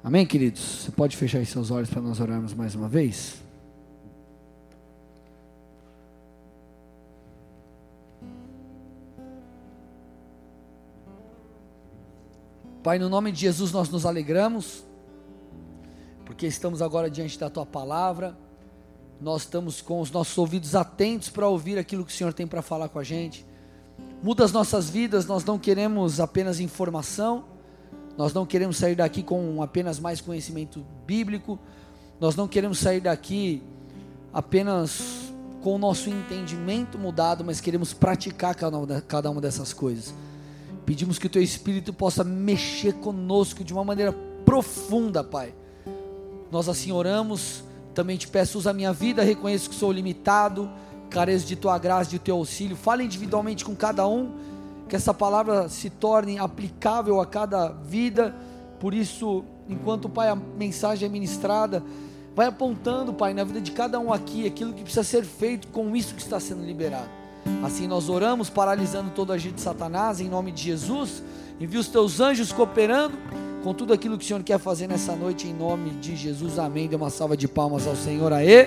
Amém, queridos? Você pode fechar aí seus olhos para nós orarmos mais uma vez? Pai, no nome de Jesus nós nos alegramos, porque estamos agora diante da Tua Palavra, nós estamos com os nossos ouvidos atentos para ouvir aquilo que o Senhor tem para falar com a gente. Muda as nossas vidas, nós não queremos apenas informação, nós não queremos sair daqui com apenas mais conhecimento bíblico, nós não queremos sair daqui apenas com o nosso entendimento mudado, mas queremos praticar cada uma dessas coisas. Pedimos que o Teu Espírito possa mexer conosco de uma maneira profunda, Pai. Nós assim oramos, também Te peço, usa a minha vida, reconheço que sou limitado, careço de Tua graça, de Teu auxílio. Fala individualmente com cada um, que essa palavra se torne aplicável a cada vida. Por isso, enquanto, Pai, a mensagem é ministrada, vai apontando, Pai, na vida de cada um aqui, aquilo que precisa ser feito com isso que está sendo liberado. Assim nós oramos, paralisando todo agir de Satanás, em nome de Jesus. Envia os Teus anjos cooperando com tudo aquilo que o Senhor quer fazer nessa noite, em nome de Jesus, amém. Dê uma salva de palmas ao Senhor, aê.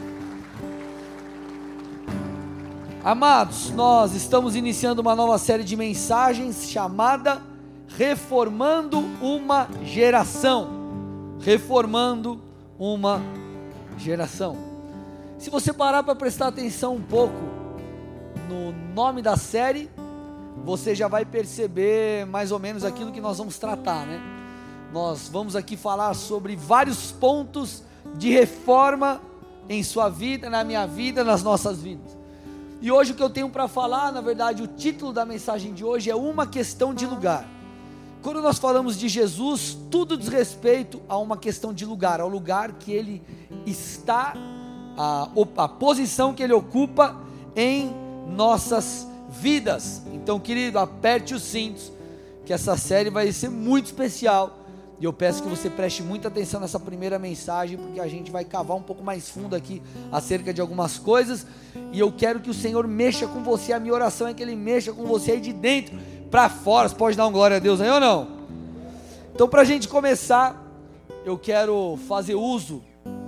Amados, nós estamos iniciando uma nova série de mensagens chamada Reformando uma Geração. Reformando uma Geração. Se você parar para prestar atenção um pouco no nome da série, você já vai perceber mais ou menos aquilo que nós vamos tratar, né? Nós vamos aqui falar sobre vários pontos de reforma em sua vida, na minha vida, nas nossas vidas. E hoje o que eu tenho para falar, na verdade, o título da mensagem de hoje é uma questão de lugar. Quando nós falamos de Jesus, tudo diz respeito a uma questão de lugar, ao lugar que Ele está, a posição que Ele ocupa em nossas vidas. Então, querido, aperte os cintos, que essa série vai ser muito especial, e eu peço que você preste muita atenção nessa primeira mensagem, porque a gente vai cavar um pouco mais fundo aqui acerca de algumas coisas, e eu quero que o Senhor mexa com você. A minha oração é que Ele mexa com você aí de dentro para fora. Você pode dar um glória a Deus aí ou não? Então, para a gente começar, eu quero fazer uso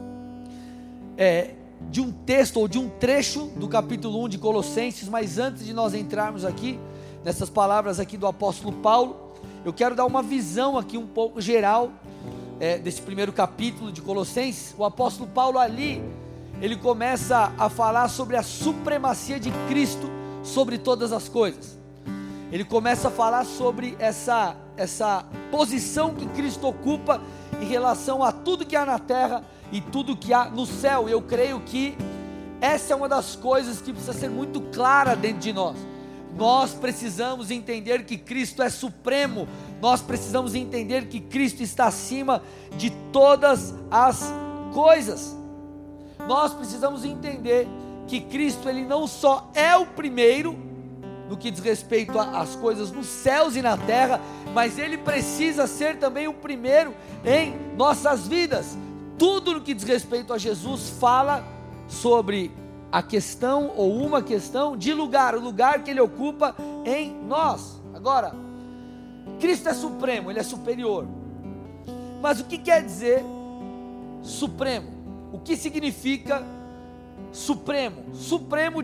de um texto ou de um trecho do capítulo 1 de Colossenses, mas antes de nós entrarmos aqui, nessas palavras aqui do apóstolo Paulo, eu quero dar uma visão aqui um pouco geral desse primeiro capítulo de Colossenses. O apóstolo Paulo ali, ele começa a falar sobre a supremacia de Cristo sobre todas as coisas. Ele começa a falar sobre essa posição que Cristo ocupa em relação a tudo que há na terra e tudo que há no céu. Eu creio que essa é uma das coisas que precisa ser muito clara dentro de nós. Nós precisamos entender que Cristo é supremo, nós precisamos entender que Cristo está acima de todas as coisas. Nós precisamos entender que Cristo, Ele não só é o primeiro no que diz respeito às coisas nos céus e na terra, mas Ele precisa ser também o primeiro em nossas vidas. Tudo no que diz respeito a Jesus fala sobre a questão ou uma questão de lugar, o lugar que Ele ocupa em nós. Agora, Cristo é supremo, Ele é superior, mas o que quer dizer supremo? O que significa supremo? Supremo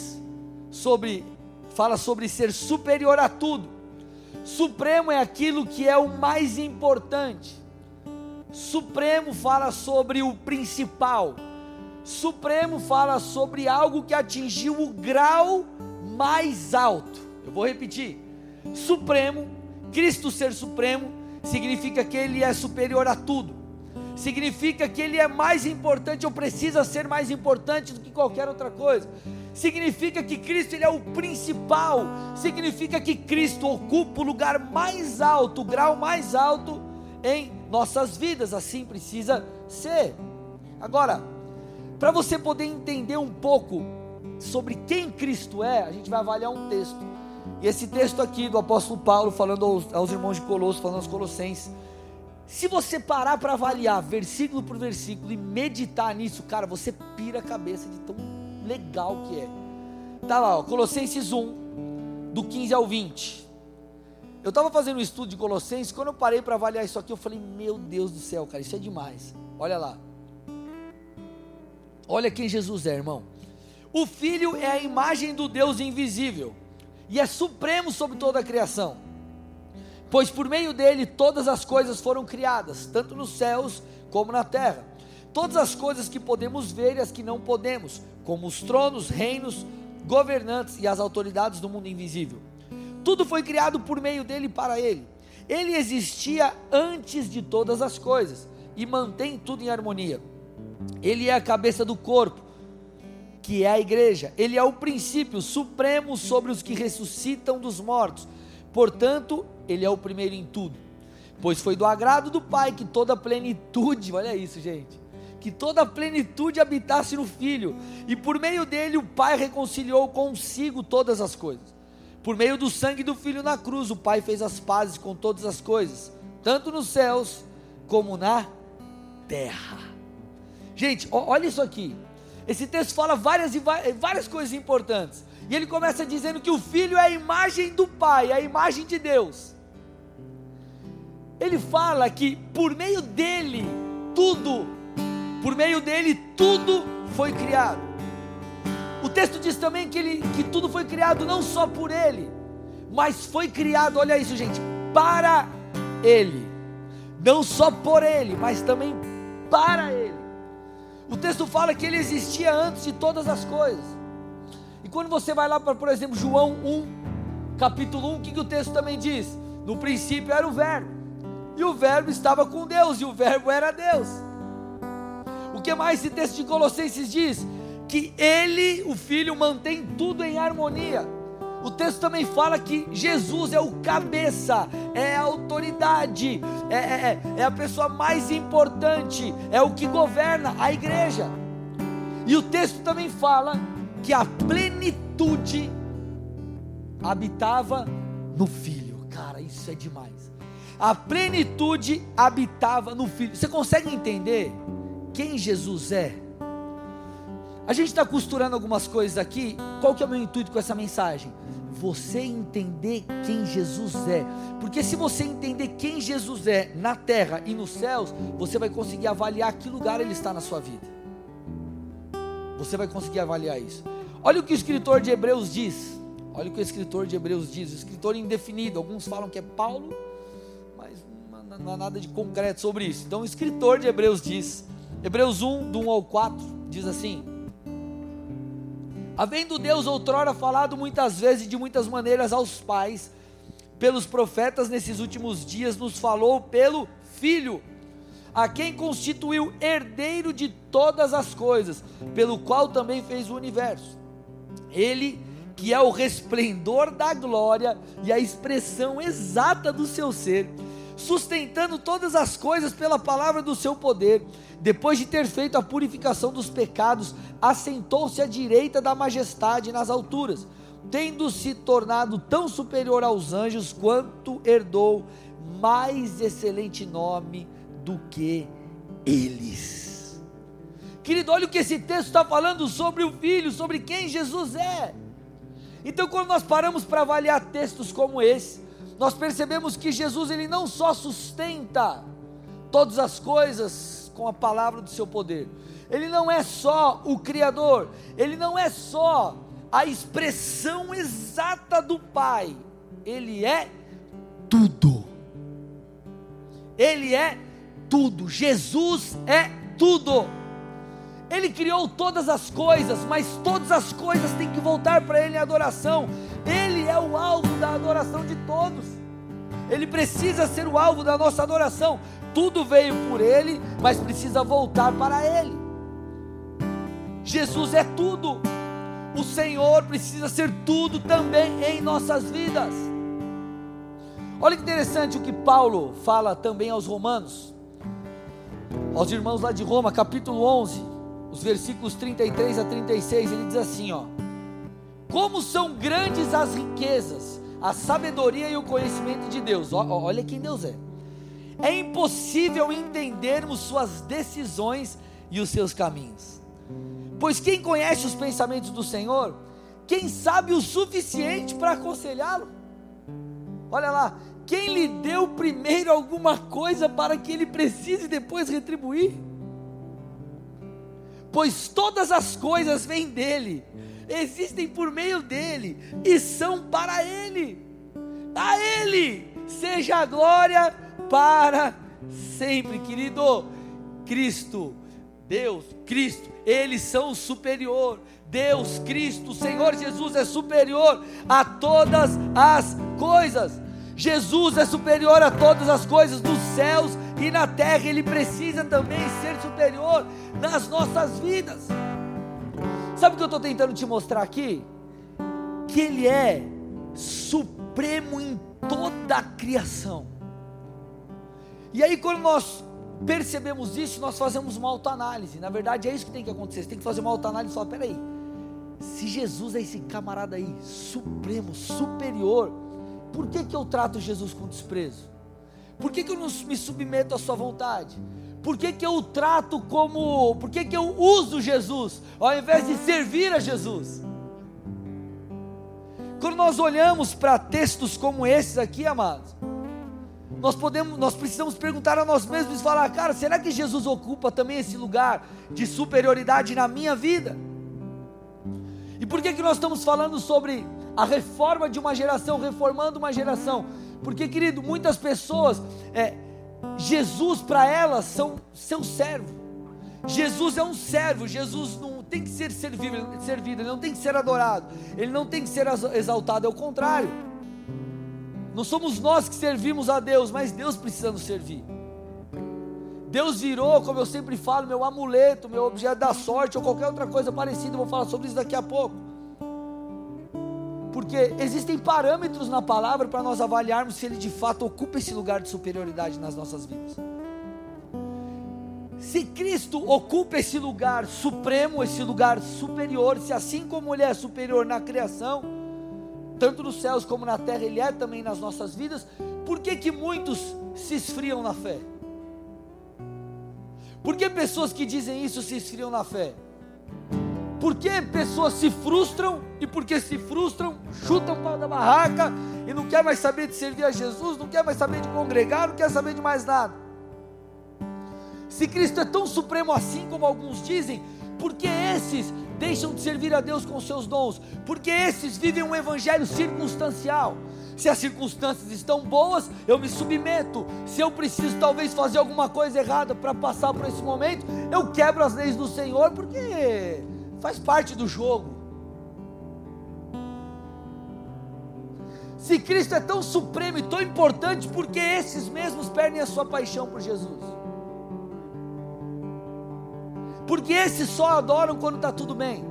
fala sobre ser superior a tudo. Supremo é aquilo que é o mais importante. Supremo fala sobre o principal. Supremo fala sobre algo que atingiu o grau mais alto. Eu vou repetir. Supremo, Cristo ser supremo, significa que Ele é superior a tudo. Significa que Ele é mais importante, ou precisa ser mais importante do que qualquer outra coisa. Significa que Cristo, Ele é o principal. Significa que Cristo ocupa o lugar mais alto, o grau mais alto em nossas vidas. Assim precisa ser. Agora, para você poder entender um pouco sobre quem Cristo é, a gente vai avaliar um texto. E esse texto aqui do apóstolo Paulo, falando aos irmãos de Colossos, falando aos Colossenses, se você parar para avaliar versículo por versículo e meditar nisso, cara, você pira a cabeça de tão legal que é. Tá lá, ó, Colossenses 1, do 15 ao 20. Eu estava fazendo um estudo de Colossenses, quando eu parei para avaliar isso aqui, eu falei, meu Deus do céu, cara, isso é demais. Olha lá. Olha quem Jesus é, irmão. O Filho é a imagem do Deus invisível, e é supremo sobre toda a criação. Pois por meio dele todas as coisas foram criadas, tanto nos céus como na terra. Todas as coisas que podemos ver e as que não podemos, como os tronos, reinos, governantes e as autoridades do mundo invisível. Tudo foi criado por meio dele e para ele. Ele existia antes de todas as coisas e mantém tudo em harmonia. Ele é a cabeça do corpo, que é a igreja. Ele é o princípio supremo sobre os que ressuscitam dos mortos. Portanto, ele é o primeiro em tudo. Pois foi do agrado do Pai que toda a plenitude, olha isso, gente, que toda a plenitude habitasse no Filho, e por meio dele o Pai reconciliou consigo todas as coisas. Por meio do sangue do Filho na cruz, o Pai fez as pazes com todas as coisas, tanto nos céus como na terra. Gente, olha isso aqui. Esse texto fala várias coisas importantes. E ele começa dizendo que o Filho é a imagem do Pai, a imagem de Deus. Ele fala que por meio dele tudo foi criado. O texto diz também que tudo foi criado não só por ele, mas foi criado, olha isso, gente, para ele. Não só por ele, mas também para ele. O texto fala que ele existia antes de todas as coisas. E quando você vai lá para, por exemplo, João 1, capítulo 1, o que o texto também diz? No princípio era o Verbo, e o Verbo estava com Deus, e o Verbo era Deus. O que mais esse texto de Colossenses diz? Que ele, o Filho, mantém tudo em harmonia. O texto também fala que Jesus é o cabeça, é a autoridade, é a pessoa mais importante, é o que governa a igreja. E o texto também fala que a plenitude habitava no Filho. Cara, isso é demais. A plenitude habitava no Filho. Você consegue entender quem Jesus é? A gente está costurando algumas coisas aqui. Qual que é o meu intuito com essa mensagem? Você entender quem Jesus é. Porque se você entender quem Jesus é na terra e nos céus, você vai conseguir avaliar que lugar ele está na sua vida. Você vai conseguir avaliar isso. Olha o que o escritor de Hebreus diz. Olha o que o escritor de Hebreus diz. O escritor indefinido. Alguns falam que é Paulo, mas não há nada de concreto sobre isso. Então o escritor de Hebreus diz, Hebreus 1, do 1 ao 4, diz assim: havendo Deus outrora falado muitas vezes e de muitas maneiras aos pais, pelos profetas, nesses últimos dias nos falou pelo Filho, a quem constituiu herdeiro de todas as coisas, pelo qual também fez o universo. Ele que é o resplendor da glória e a expressão exata do seu ser, sustentando todas as coisas pela palavra do seu poder, depois de ter feito a purificação dos pecados, assentou-se à direita da majestade nas alturas, tendo se tornado tão superior aos anjos, quanto herdou mais excelente nome do que eles. Querido, olha o que esse texto está falando sobre o Filho, sobre quem Jesus é. Então, quando nós paramos para avaliar textos como esse, nós percebemos que Jesus, ele não só sustenta todas as coisas com a palavra do seu poder, ele não é só o Criador, ele não é só a expressão exata do Pai, ele é tudo. Ele é tudo. Jesus é tudo. Ele criou todas as coisas, mas todas as coisas têm que voltar para Ele em adoração. Ele é o alvo da adoração de todos. Ele precisa ser o alvo da nossa adoração. Tudo veio por Ele, mas precisa voltar para Ele. Jesus é tudo. O Senhor precisa ser tudo também em nossas vidas. Olha que interessante o que Paulo fala também aos romanos, aos irmãos lá de Roma, capítulo 11, os versículos 33 a 36, ele diz assim, ó: como são grandes as riquezas, a sabedoria e o conhecimento de Deus. Olha quem Deus é. É impossível entendermos suas decisões e os seus caminhos. Pois quem conhece os pensamentos do Senhor? Quem sabe o suficiente para aconselhá-lo? Olha lá, quem lhe deu primeiro alguma coisa para que ele precise depois retribuir? Pois todas as coisas vêm dele, existem por meio dele e são para ele. A ele seja a glória para sempre. Querido, Cristo, Deus, Cristo, eles são superior. Deus, Cristo, o Senhor Jesus é superior a todas as coisas. Jesus é superior a todas as coisas dos céus e na terra. Ele precisa também ser superior nas nossas vidas. Sabe o que eu estou tentando te mostrar aqui? Que Ele é supremo em toda a criação. E aí quando nós percebemos isso, nós fazemos uma autoanálise. Na verdade é isso que tem que acontecer. Você tem que fazer uma autoanálise e falar, peraí, se Jesus é esse camarada aí, supremo, superior, por que eu trato Jesus com desprezo? Por que eu não me submeto à sua vontade? Por que eu o trato como... Por que eu uso Jesus, ao invés de servir a Jesus? Quando nós olhamos para textos como esses aqui, amados, nós precisamos perguntar a nós mesmos e falar, cara, será que Jesus ocupa também esse lugar de superioridade na minha vida? E por que nós estamos falando sobre a reforma de uma geração, reformando uma geração? Porque, querido, muitas pessoas, Jesus para elas são seu servo. Jesus é um servo. Jesus não tem que ser servido, ele não tem que ser adorado, ele não tem que ser exaltado, é o contrário. Não somos nós que servimos a Deus, mas Deus precisa nos servir. Deus virou, como eu sempre falo, meu amuleto, meu objeto da sorte, ou qualquer outra coisa parecida. Vou falar sobre isso daqui a pouco. Porque existem parâmetros na palavra para nós avaliarmos se Ele de fato ocupa esse lugar de superioridade nas nossas vidas. Se Cristo ocupa esse lugar supremo, esse lugar superior, se assim como Ele é superior na criação, tanto nos céus como na terra, Ele é também nas nossas vidas, por que muitos se esfriam na fé? Por que pessoas que dizem isso se esfriam na fé? Por que pessoas se frustram, e porque se frustram, chutam o pau da barraca, e não quer mais saber de servir a Jesus, não quer mais saber de congregar, não quer saber de mais nada? Se Cristo é tão supremo assim como alguns dizem, por que esses deixam de servir a Deus com seus dons? Porque esses vivem um evangelho circunstancial. Se as circunstâncias estão boas, eu me submeto. Se eu preciso talvez fazer alguma coisa errada para passar por esse momento, eu quebro as leis do Senhor, porque faz parte do jogo. Se Cristo é tão supremo e tão importante, por que esses mesmos perdem a sua paixão por Jesus? Porque esses só adoram quando está tudo bem.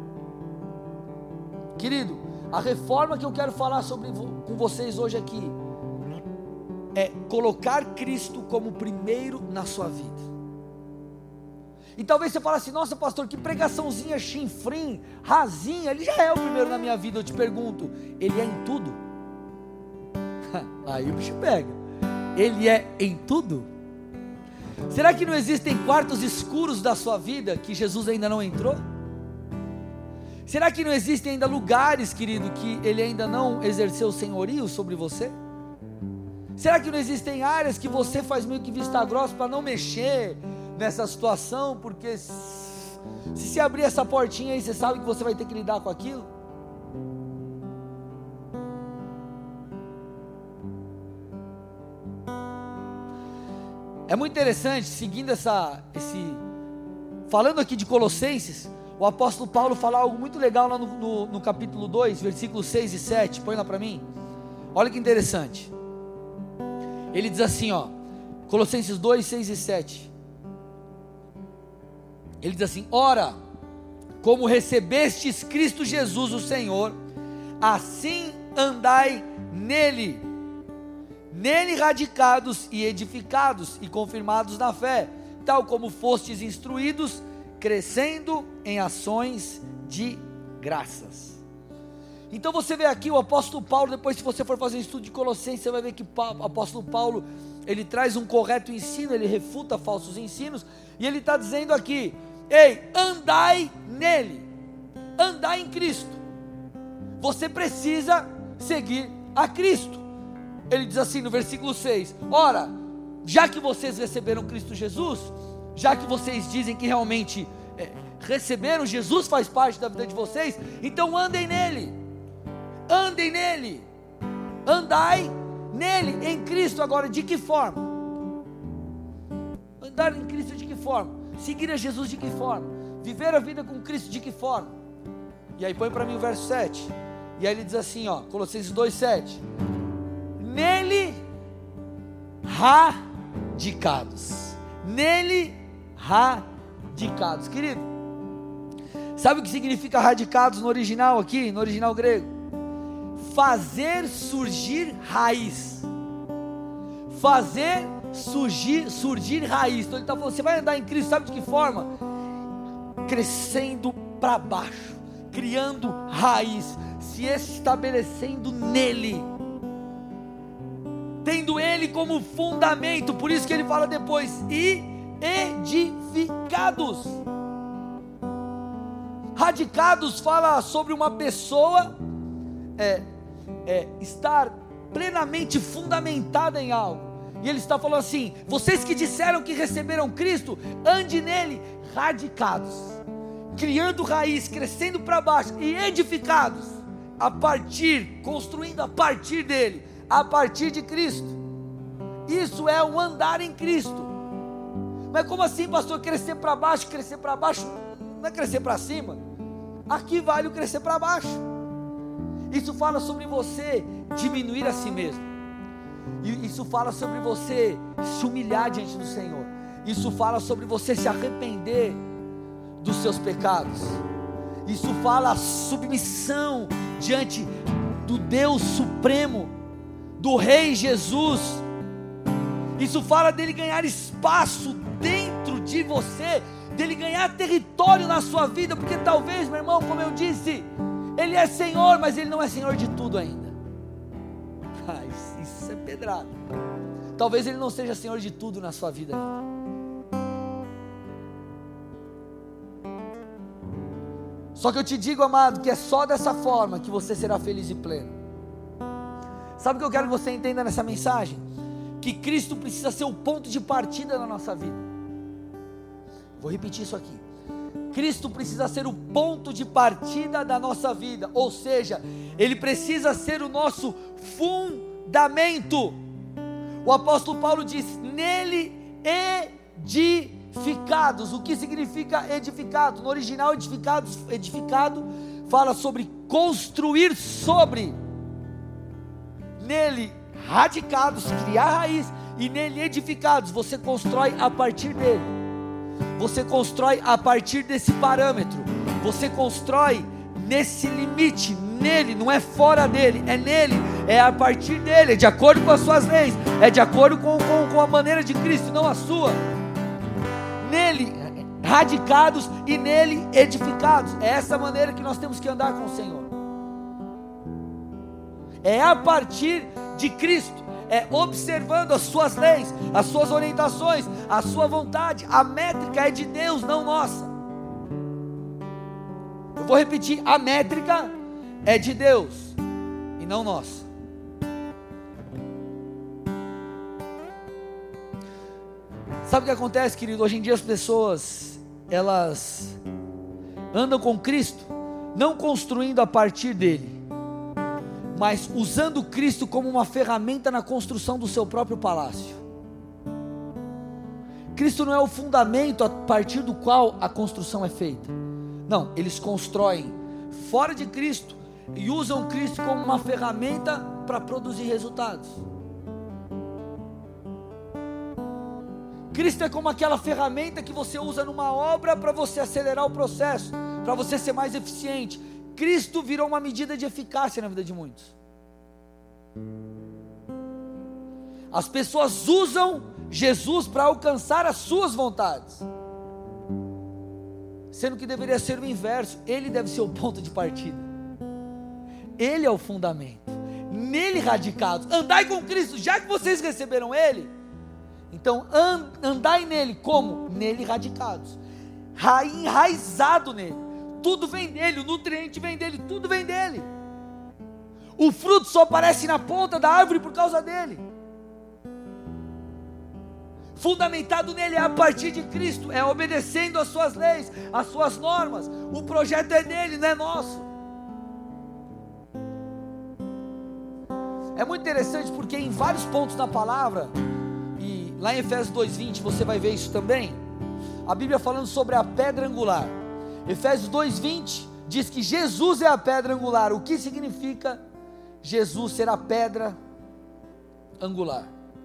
Querido, a reforma que eu quero falar com vocês hoje aqui é colocar Cristo como primeiro na sua vida. E talvez você fale assim, nossa pastor, que pregaçãozinha chinfrim, rasinha, Ele já é o primeiro na minha vida. Eu te pergunto, Ele é em tudo? Aí o bicho pega. Ele é em tudo? Será que não existem quartos escuros da sua vida que Jesus ainda não entrou? Será que não existem ainda lugares, querido, que Ele ainda não exerceu senhorio sobre você? Será que não existem áreas que você faz meio que vista grossa para não mexer nessa situação? Porque se abrir essa portinha aí, você sabe que você vai ter que lidar com aquilo? É muito interessante, seguindo falando aqui de Colossenses, o apóstolo Paulo fala algo muito legal lá no capítulo 2, versículos 6 e 7, põe lá para mim. Olha que interessante. Ele diz assim, Colossenses 2, 6 e 7. Ele diz assim: ora, como recebestes Cristo Jesus o Senhor, assim andai nele radicados e edificados e confirmados na fé, tal como fostes instruídos, crescendo em ações de graças. Então você vê aqui o apóstolo Paulo, depois se você for fazer um estudo de Colossenses, você vai ver que o apóstolo Paulo, ele traz um correto ensino, ele refuta falsos ensinos, e ele está dizendo aqui, ei, andai nele, andai em Cristo. Você precisa seguir a Cristo. ele diz assim no versículo 6, ora, já que vocês receberam Cristo Jesus, já que vocês dizem que realmente receberam, Jesus faz parte da vida de vocês, então andem nele, andai nele, em Cristo. Agora, de que forma? Andar em Cristo de que forma? Seguir a Jesus de que forma? Viver a vida com Cristo de que forma? E aí põe para mim o verso 7, e aí ele diz assim, Colossenses 2,7, nele radicados, querido, sabe o que significa radicados no original aqui, no original grego? Fazer surgir raiz, surgir raiz. Então ele está falando, você vai andar em Cristo, sabe de que forma? Crescendo para baixo, criando raiz, se estabelecendo nele, tendo ele como fundamento. Por isso que ele fala depois, e edificados. Radicados fala sobre uma pessoa estar plenamente fundamentada em algo. E ele está falando assim, vocês que disseram que receberam Cristo, ande nele radicados, criando raiz, crescendo para baixo e edificados, construindo a partir dele, a partir de Cristo. Isso é um andar em Cristo. Mas como assim, pastor, crescer para baixo? Crescer para baixo não é crescer para cima. Aqui vale o crescer para baixo. Isso fala sobre você diminuir a si mesmo. Isso fala sobre você se humilhar diante do Senhor. Isso fala sobre você se arrepender dos seus pecados. Isso fala a submissão diante do Deus Supremo, do Rei Jesus. Isso fala dele ganhar espaço dentro de você, dele ganhar território na sua vida, porque talvez, meu irmão, como eu disse, ele é Senhor, mas ele não é Senhor de tudo ainda. Isso é pedrada. Talvez ele não seja Senhor de tudo na sua vida ainda. Só que eu te digo, amado, que é só dessa forma que você será feliz e pleno. Sabe o que eu quero que você entenda nessa mensagem? Que Cristo precisa ser o ponto de partida na nossa vida. Vou repetir isso aqui. Cristo precisa ser o ponto de partida da nossa vida, ou seja, Ele precisa ser o nosso fundamento. O apóstolo Paulo diz, nele edificados. O que significa edificado? No original, edificado fala sobre construir sobre. Nele radicados, criar raiz, e nele edificados, você constrói a partir dele. Você constrói a partir desse parâmetro, você constrói nesse limite, nele, não é fora dele, é nele, é a partir dele, é de acordo com as suas leis, é de acordo com a maneira de Cristo, não a sua. Nele radicados e nele edificados, é essa maneira que nós temos que andar com o Senhor, é a partir de Cristo, é observando as suas leis, as suas orientações, a sua vontade. A métrica é de Deus, não nossa. Eu vou repetir, a métrica é de Deus e não nossa. Sabe o que acontece, querido? Hoje em dia as pessoas, elas andam com Cristo, não construindo a partir dele, mas usando Cristo como uma ferramenta na construção do seu próprio palácio. Cristo não é o fundamento a partir do qual a construção é feita. Não, eles constroem fora de Cristo e usam Cristo como uma ferramenta para produzir resultados. Cristo é como aquela ferramenta que você usa numa obra para você acelerar o processo, para você ser mais eficiente. Cristo virou uma medida de eficácia na vida de muitos. As pessoas usam Jesus para alcançar as suas vontades, sendo que deveria ser o inverso. Ele deve ser o ponto de partida, Ele é o fundamento, nele radicados. Andai com Cristo, já que vocês receberam Ele, então andai nele. Como? Nele radicados, enraizado nele. Tudo vem dele, o nutriente vem dele, tudo vem dele. O fruto só aparece na ponta da árvore por causa dele. Fundamentado nele é a partir de Cristo, é obedecendo às suas leis, às suas normas. O projeto é dele, não é nosso. É muito interessante porque em vários pontos da palavra, e lá em Efésios 2:20 você vai ver isso também, a Bíblia falando sobre a pedra angular. Efésios 2:20 diz que Jesus é a pedra angular. O que significa Jesus ser a pedra angular?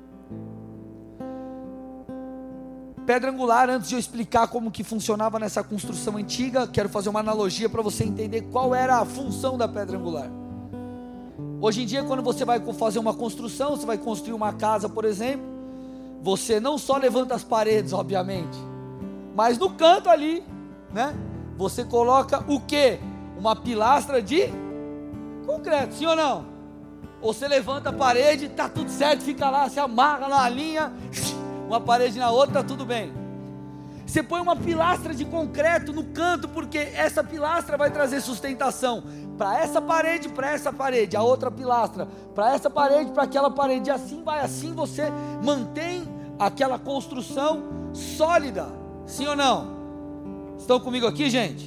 Pedra angular, antes de eu explicar como que funcionava nessa construção antiga, quero fazer uma analogia para você entender qual era a função da pedra angular. Hoje em dia, quando você vai fazer uma construção, você vai construir uma casa, por exemplo, você não só levanta as paredes, obviamente, mas no canto ali, né, você coloca o quê? Uma pilastra de concreto, sim ou não? Ou você levanta a parede, está tudo certo, fica lá, se amarra na linha, uma parede na outra, está tudo bem. Você põe uma pilastra de concreto no canto, porque essa pilastra vai trazer sustentação para essa parede, a outra pilastra, para essa parede, para aquela parede, e assim vai, assim você mantém aquela construção sólida, sim ou não? Estão comigo aqui, gente?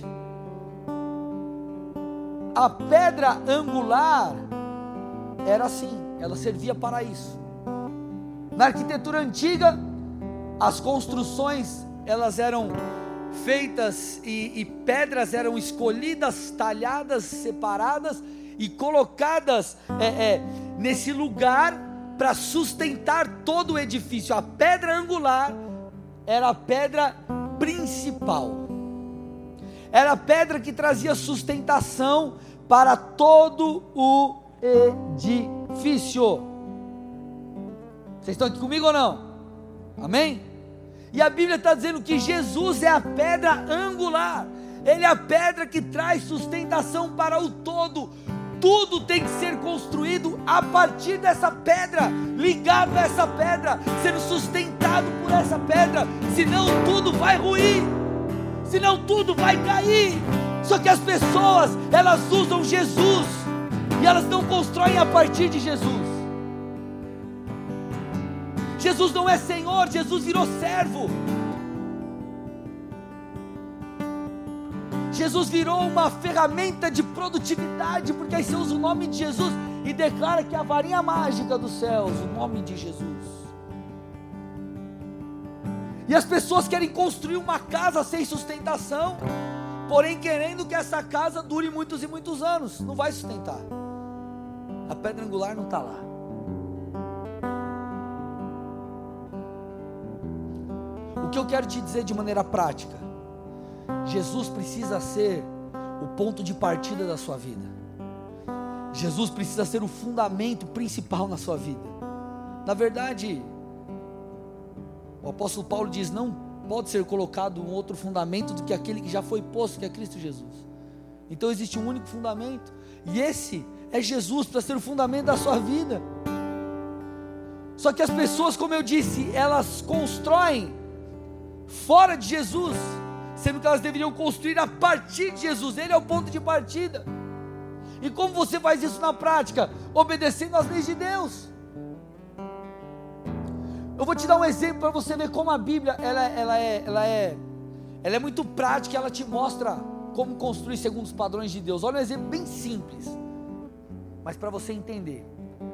A pedra angular era assim, ela servia para isso. Na arquitetura antiga, as construções elas eram feitas e pedras eram escolhidas, talhadas, separadas e colocadas nesse lugar para sustentar todo o edifício. A pedra angular era a pedra principal, era a pedra que trazia sustentação para todo o edifício. Vocês estão aqui comigo ou não? Amém? E a Bíblia está dizendo que Jesus é a pedra angular, Ele é a pedra que traz sustentação para o todo. Tudo tem que ser construído a partir dessa pedra, ligado a essa pedra, sendo sustentado por essa pedra, senão tudo vai ruir, senão tudo vai cair. Só que as pessoas, elas usam Jesus, e elas não constroem a partir de Jesus. Jesus não é Senhor, Jesus virou servo. Jesus virou uma ferramenta de produtividade, porque aí você usa o nome de Jesus e declara que é a varinha mágica dos céus, o nome de Jesus. E as pessoas querem construir uma casa sem sustentação, porém querendo que essa casa dure muitos e muitos anos. Não vai sustentar. A pedra angular não está lá. O que eu quero te dizer de maneira prática: Jesus precisa ser o ponto de partida da sua vida. Jesus precisa ser o fundamento principal na sua vida. Na verdade, o apóstolo Paulo diz: não pode ser colocado um outro fundamento do que aquele que já foi posto, que é Cristo Jesus. Então existe um único fundamento, e esse é Jesus, para ser o fundamento da sua vida. Só que as pessoas, como eu disse, elas constroem fora de Jesus, sendo que elas deveriam construir a partir de Jesus. Ele é o ponto de partida. E como você faz isso na prática? Obedecendo às leis de Deus. Eu vou te dar um exemplo para você ver como a Bíblia ela é muito prática.Ela te mostra como construir segundo os padrões de Deus. Olha um exemplo bem simples, mas para você entender.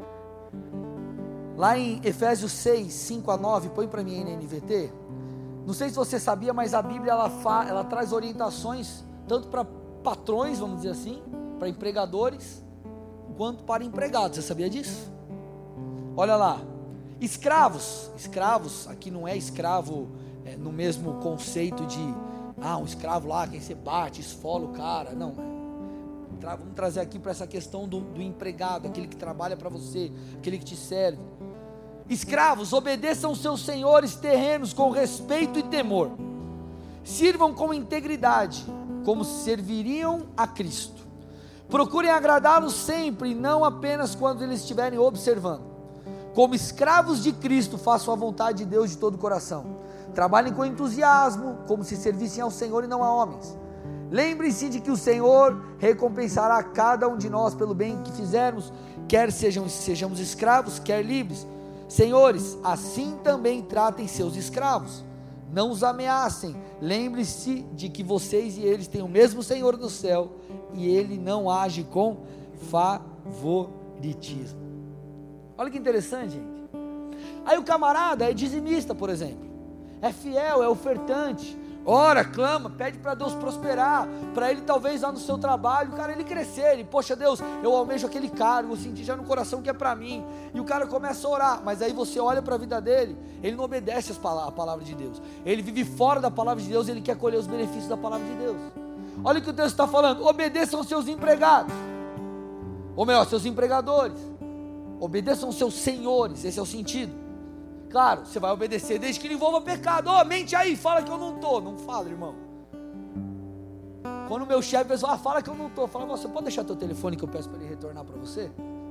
Lá em Efésios 6, 5-9, põe para mim aí na NVT. Não sei se você sabia, mas a Bíblia ela traz orientações tanto para patrões, vamos dizer assim, para empregadores, quanto para empregados. Você sabia disso? Olha lá, escravos, aqui não é escravo no mesmo conceito de um escravo lá, quem você bate, esfola o cara, não, vamos trazer aqui para essa questão do empregado, aquele que trabalha para você, aquele que te serve. Escravos, obedeçam seus senhores terrenos com respeito e temor, sirvam com integridade, como serviriam a Cristo, procurem agradá-lo sempre, não apenas quando eles estiverem observando. Como escravos de Cristo, façam a vontade de Deus de todo o coração, trabalhem com entusiasmo, como se servissem ao Senhor e não a homens, Lembre-se de que o Senhor recompensará cada um de nós pelo bem que fizermos, quer sejamos escravos, quer livres. Senhores, assim também tratem seus escravos. Não os ameacem. Lembre-se de que vocês e eles têm o mesmo Senhor do céu, e Ele não age com favoritismo. Olha que interessante, gente. Aí o camarada é dizimista, por exemplo, é fiel, é ofertante, ora, clama, pede para Deus prosperar, para ele talvez lá no seu trabalho, cara, ele crescer, ele, poxa Deus, eu almejo aquele cargo, eu senti já no coração que é para mim, e o cara começa a orar, mas aí você olha para a vida dele, ele não obedece a palavra de Deus, ele vive fora da palavra de Deus, ele quer colher os benefícios da palavra de Deus. Olha o que o texto está falando: obedeçam aos seus empregados, ou melhor, seus empregadores, obedeçam aos seus senhores, esse é o sentido. Claro, você vai obedecer desde que não envolva pecado. Mente aí, fala que eu não estou. Não fala, irmão. Quando o meu chefe fala, fala que eu não estou. Fala, você pode deixar teu telefone que eu peço para ele retornar para você?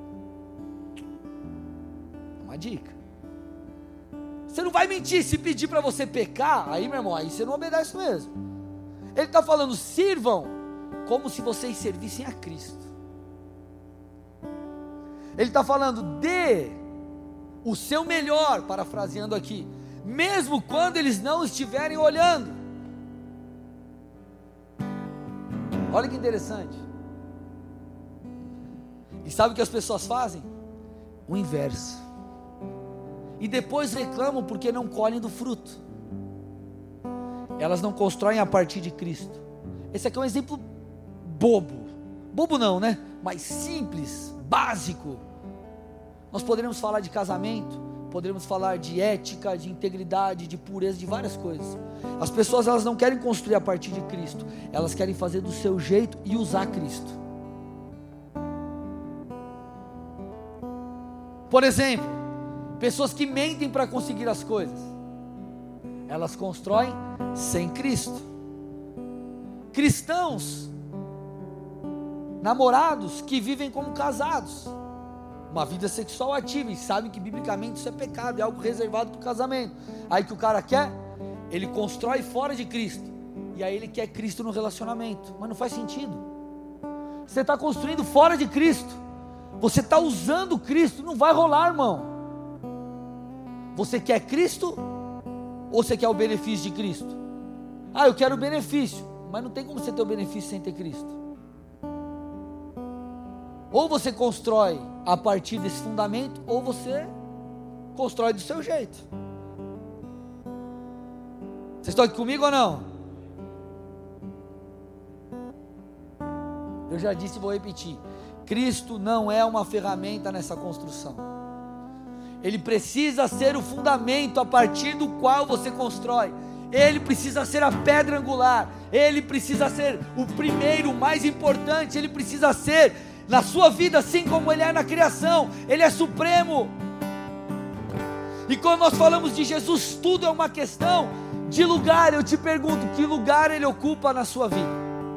Uma dica. Você não vai mentir se pedir para você pecar. Aí, meu irmão, aí você não obedece mesmo. Ele está falando, sirvam como se vocês servissem a Cristo. Ele está falando, dê o seu melhor, parafraseando aqui, mesmo quando eles não estiverem olhando. Olha que interessante. E sabe o que as pessoas fazem? O inverso. E depois reclamam porque não colhem do fruto. Elas não constroem a partir de Cristo. Esse aqui é um exemplo bobo. Bobo não, né? Mas simples, básico. Nós poderemos falar de casamento, poderemos falar de ética, de integridade, de pureza, de várias coisas. As pessoas, elas não querem construir a partir de Cristo, elas querem fazer do seu jeito e usar Cristo. Por exemplo, pessoas que mentem para conseguir as coisas, elas constroem sem Cristo. Cristãos, namorados que vivem como casados, uma vida sexual ativa, e sabem que biblicamente isso é pecado, é algo reservado para o casamento. Aí que o cara quer, ele constrói fora de Cristo, e aí ele quer Cristo no relacionamento, mas não faz sentido. Você está construindo fora de Cristo, você está usando Cristo, não vai rolar, irmão. Você quer Cristo, ou você quer o benefício de Cristo? Ah, eu quero o benefício, mas não tem como você ter o benefício sem ter Cristo. Ou você constrói a partir desse fundamento, ou você constrói do seu jeito. Vocês estão aqui comigo ou não? Eu já disse e vou repetir: Cristo não é uma ferramenta nessa construção. Ele precisa ser o fundamento a partir do qual você constrói. Ele precisa ser a pedra angular. Ele precisa ser o primeiro, o mais importante. Ele precisa ser na sua vida, assim como Ele é na criação. Ele é supremo. E quando nós falamos de Jesus, tudo é uma questão de lugar. Eu te pergunto, que lugar Ele ocupa na sua vida?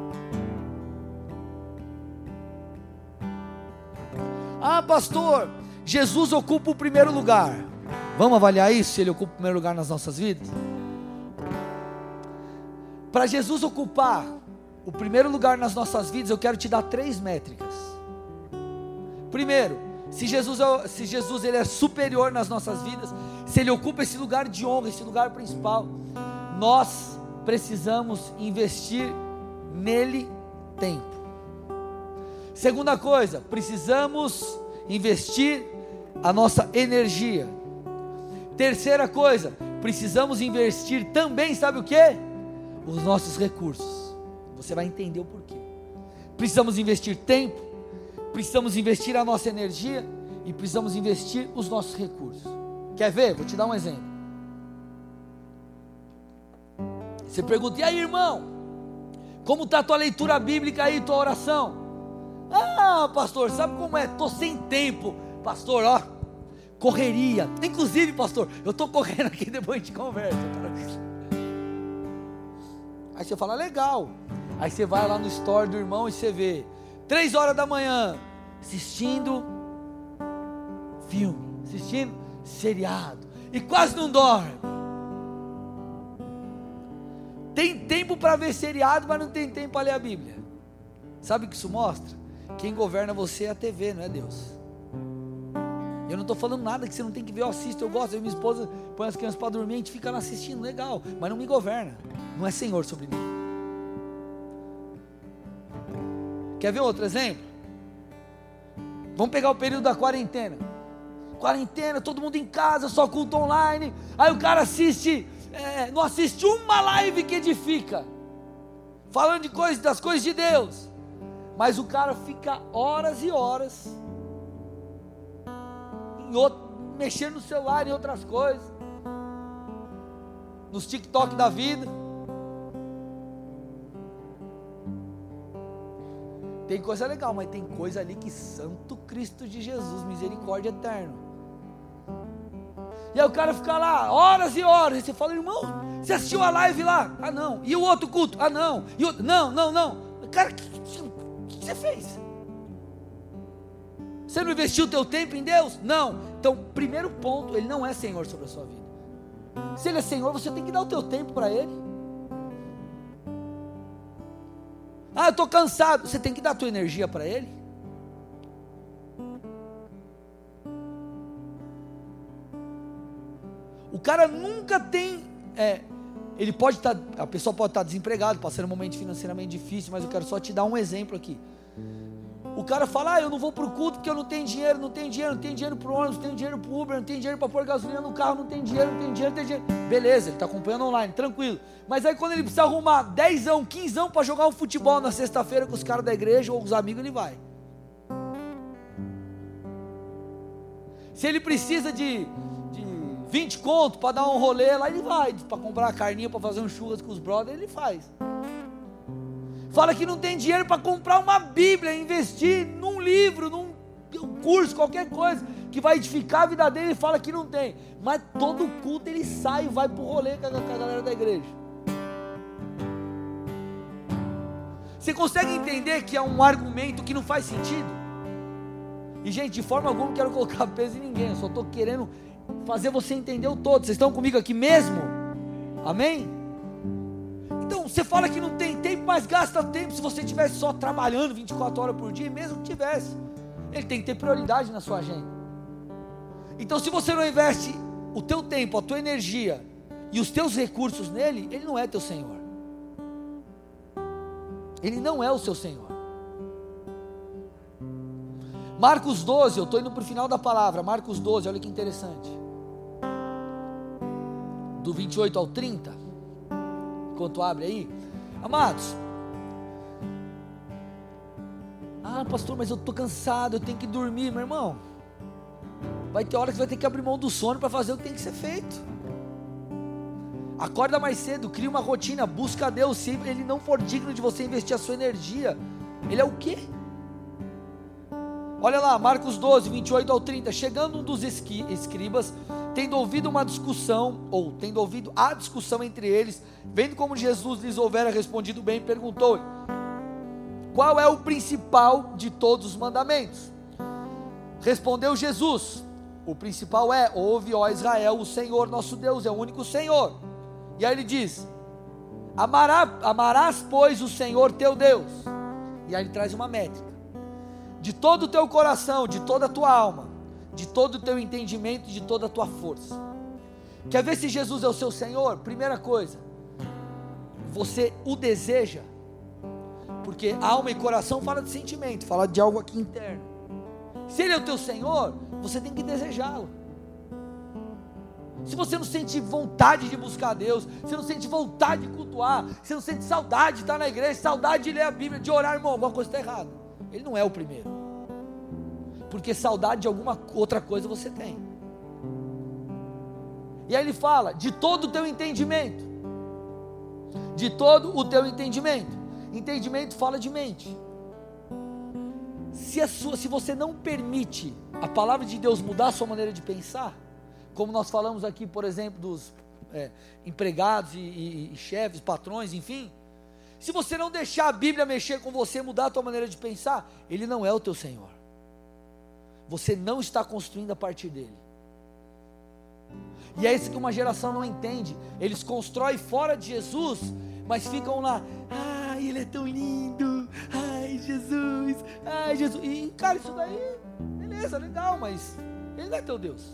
Ah, pastor, Jesus ocupa o primeiro lugar. Vamos avaliar isso, se Ele ocupa o primeiro lugar nas nossas vidas? Para Jesus ocupar o primeiro lugar nas nossas vidas, eu quero te dar 3 métricas. Primeiro, se Jesus ele é superior nas nossas vidas, se Ele ocupa esse lugar de honra, esse lugar principal, nós precisamos investir nele tempo. Segunda coisa, precisamos investir a nossa energia. Terceira coisa, precisamos investir também, sabe o que? Os nossos recursos. Você vai entender o porquê. Precisamos investir tempo, precisamos investir a nossa energia e precisamos investir os nossos recursos. Quer ver? Vou te dar um exemplo. Você pergunta: e aí, irmão, como está a tua leitura bíblica aí, tua oração? Ah, pastor, sabe como é? Estou sem tempo. Pastor, ó, correria. Inclusive, pastor, eu estou correndo aqui, depois a gente conversa. Aí você fala: legal. Aí você vai lá no story do irmão e você vê 3 horas da manhã assistindo filme, assistindo seriado, e quase não dorme. Tem tempo para ver seriado, mas não tem tempo para ler a Bíblia. Sabe o que isso mostra? Quem governa você é a TV, não é Deus. Eu não estou falando nada que você não tem que ver, eu assisto, eu gosto, eu e minha esposa põe as crianças para dormir, a gente fica lá assistindo, legal, mas não me governa, não é Senhor sobre mim. Quer ver outro exemplo? Vamos pegar o período da quarentena, todo mundo em casa, só culto online, aí o cara assiste, não assiste uma live que edifica, falando de coisas, das coisas de Deus, mas o cara fica horas e horas, mexendo no celular, em outras coisas, nos TikTok da vida. Tem coisa legal, mas tem coisa ali que Santo Cristo de Jesus, misericórdia eterna. E aí o cara fica lá, horas e horas, e você fala, irmão, você assistiu a live lá? Ah não, e o outro culto? Ah não, e o... não, cara, o que você fez? Você não investiu o teu tempo em Deus? Não. Então, primeiro ponto, Ele não é Senhor sobre a sua vida. Se Ele é Senhor, você tem que dar o teu tempo para Ele. Ah, eu estou cansado. Você tem que dar a tua energia para Ele. O cara nunca tem... ele pode estar... a pessoa pode estar desempregado, passando um momento financeiramente difícil, mas eu quero só te dar um exemplo aqui. O cara fala, eu não vou para o culto porque eu não tenho dinheiro para o ônibus, não tenho dinheiro para o Uber, não tenho dinheiro para pôr gasolina no carro, não tenho dinheiro. Beleza, ele está acompanhando online, tranquilo. Mas aí quando ele precisa arrumar 10, 15 para jogar um futebol na sexta-feira com os caras da igreja ou os amigos, ele vai. Se ele precisa de 20 conto para dar um rolê lá, ele vai. Para comprar a carninha, para fazer um churras com os brothers, ele faz. Fala que não tem dinheiro para comprar uma Bíblia, investir num livro, num curso, qualquer coisa, que vai edificar a vida dele, ele fala que não tem, mas todo culto ele sai e vai para o rolê com a galera da igreja. Você consegue entender que é um argumento que não faz sentido? E gente, de forma alguma não quero colocar peso em ninguém, eu só estou querendo fazer você entender o todo. Vocês estão comigo aqui mesmo? Amém? Então, você fala que não tem tempo, mas gasta tempo. Se você estivesse só trabalhando 24 horas por dia, mesmo que tivesse, ele tem que ter prioridade na sua agenda. Então, se você não investe o teu tempo, a tua energia e os teus recursos nele, ele não é teu Senhor. Ele não é o seu Senhor. Marcos 12, eu estou indo para o final da palavra. Marcos 12, olha que interessante. Do 28 ao 30. Enquanto abre aí, amados, pastor, mas eu estou cansado, eu tenho que dormir, meu irmão, vai ter hora que você vai ter que abrir mão do sono para fazer o que tem que ser feito. Acorda mais cedo, cria uma rotina, busca a Deus. Se Ele não for digno de você investir a sua energia, Ele é o quê? Olha lá, Marcos 12, 28 ao 30, chegando um dos escribas, tendo ouvido a discussão entre eles, vendo como Jesus lhes houvera respondido bem, perguntou-lhe, qual é o principal de todos os mandamentos? Respondeu Jesus, o principal é, ouve, ó Israel, o Senhor nosso Deus é o único Senhor. E aí ele diz, amarás pois o Senhor teu Deus. E aí ele traz uma métrica, de todo o teu coração, de toda a tua alma, de todo o teu entendimento, de toda a tua força. Quer ver se Jesus é o seu Senhor? Primeira coisa, você o deseja, porque alma e coração fala de sentimento, fala de algo aqui interno. Se Ele é o teu Senhor, você tem que desejá-lo. Se você não sente vontade de buscar a Deus, você não sente vontade de cultuar, você não sente saudade de estar na igreja, saudade de ler a Bíblia, de orar, irmão, alguma coisa está errada. Ele não é o primeiro, porque saudade de alguma outra coisa você tem. E aí ele fala, de todo o teu entendimento, de todo o teu entendimento. Entendimento fala de mente. Se você não permite a palavra de Deus mudar a sua maneira de pensar, como nós falamos aqui, por exemplo, dos empregados e chefes, patrões, enfim, se você não deixar a Bíblia mexer com você, mudar a tua maneira de pensar, Ele não é o teu Senhor. Você não está construindo a partir dele. E é isso que uma geração não entende. Eles constroem fora de Jesus, mas ficam lá, ai, ele é tão lindo, ai, Jesus, e cara, isso daí, beleza, legal, mas ele não é teu Deus.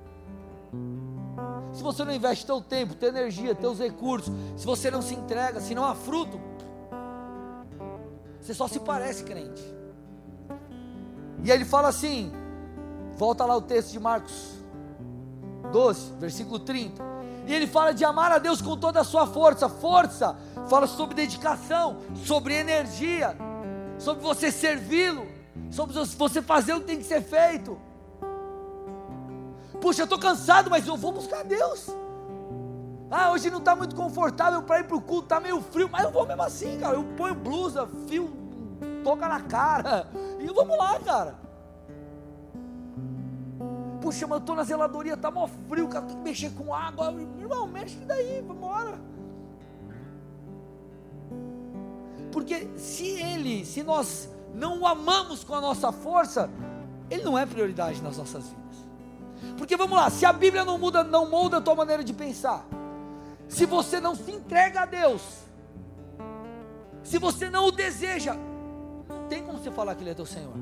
Se você não investe teu tempo, tua energia, teus recursos, se você não se entrega, se não há fruto, você só se parece crente. E aí ele fala assim, volta lá o texto de Marcos 12, versículo 30, e ele fala de amar a Deus com toda a sua força, fala sobre dedicação, sobre energia, sobre você servi-lo, sobre você fazer o que tem que ser feito. Puxa, eu estou cansado, mas eu vou buscar Deus. Hoje não está muito confortável para ir para o culto, está meio frio, mas eu vou mesmo assim, cara. Eu ponho blusa, fio, toca na cara, e vamos lá, cara. Puxa, mas eu estou na zeladoria, está mó frio, cara, tem que mexer com água. Irmão, mexe daí, vamos embora. Porque se nós não o amamos com a nossa força, ele não é prioridade nas nossas vidas. Porque vamos lá, se a Bíblia não molda a tua maneira de pensar, se você não se entrega a Deus, se você não o deseja, não tem como você falar que Ele é teu Senhor.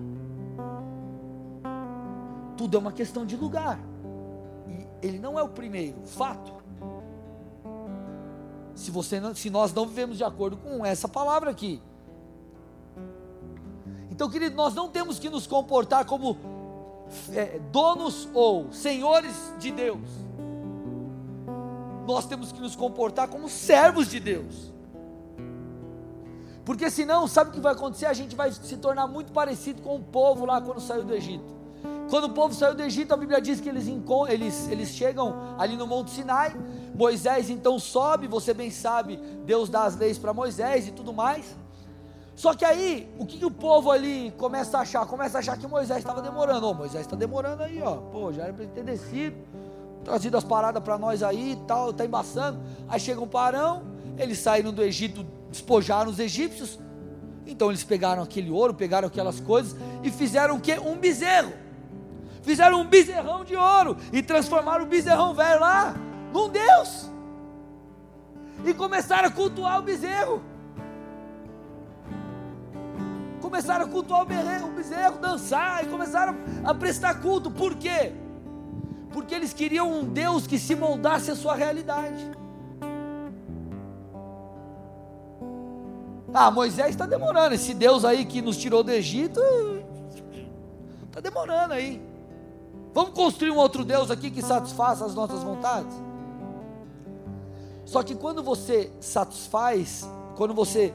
Tudo é uma questão de lugar, e Ele não é o primeiro, fato. Se nós não vivemos de acordo com essa palavra aqui, então, querido, nós não temos que nos comportar como donos ou senhores de Deus. Nós temos que nos comportar como servos de Deus, porque senão, sabe o que vai acontecer? A gente vai se tornar muito parecido com o povo lá quando saiu do Egito. Quando o povo saiu do Egito, a Bíblia diz que eles chegam ali no Monte Sinai. Moisés então sobe, você bem sabe, Deus dá as leis para Moisés e tudo mais. Só que aí, o que o povo ali começa a achar? Começa a achar que Moisés estava demorando. Moisés está demorando aí, já era para ele ter descido, trazido as paradas para nós aí e tal, está embaçando. Aí chega um parão, eles saíram do Egito, despojaram os egípcios. Então eles pegaram aquele ouro, pegaram aquelas coisas e fizeram o quê? Um bezerro. Fizeram um bezerrão de ouro e transformaram o bezerrão velho lá num Deus. E começaram a cultuar o bezerro. Começaram a cultuar o bezerro, dançar, e começaram a prestar culto. Por quê? Porque eles queriam um Deus que se moldasse à sua realidade. Moisés está demorando, esse Deus aí que nos tirou do Egito, está demorando aí. Vamos construir um outro Deus aqui que satisfaça as nossas vontades? Só que quando você satisfaz, quando você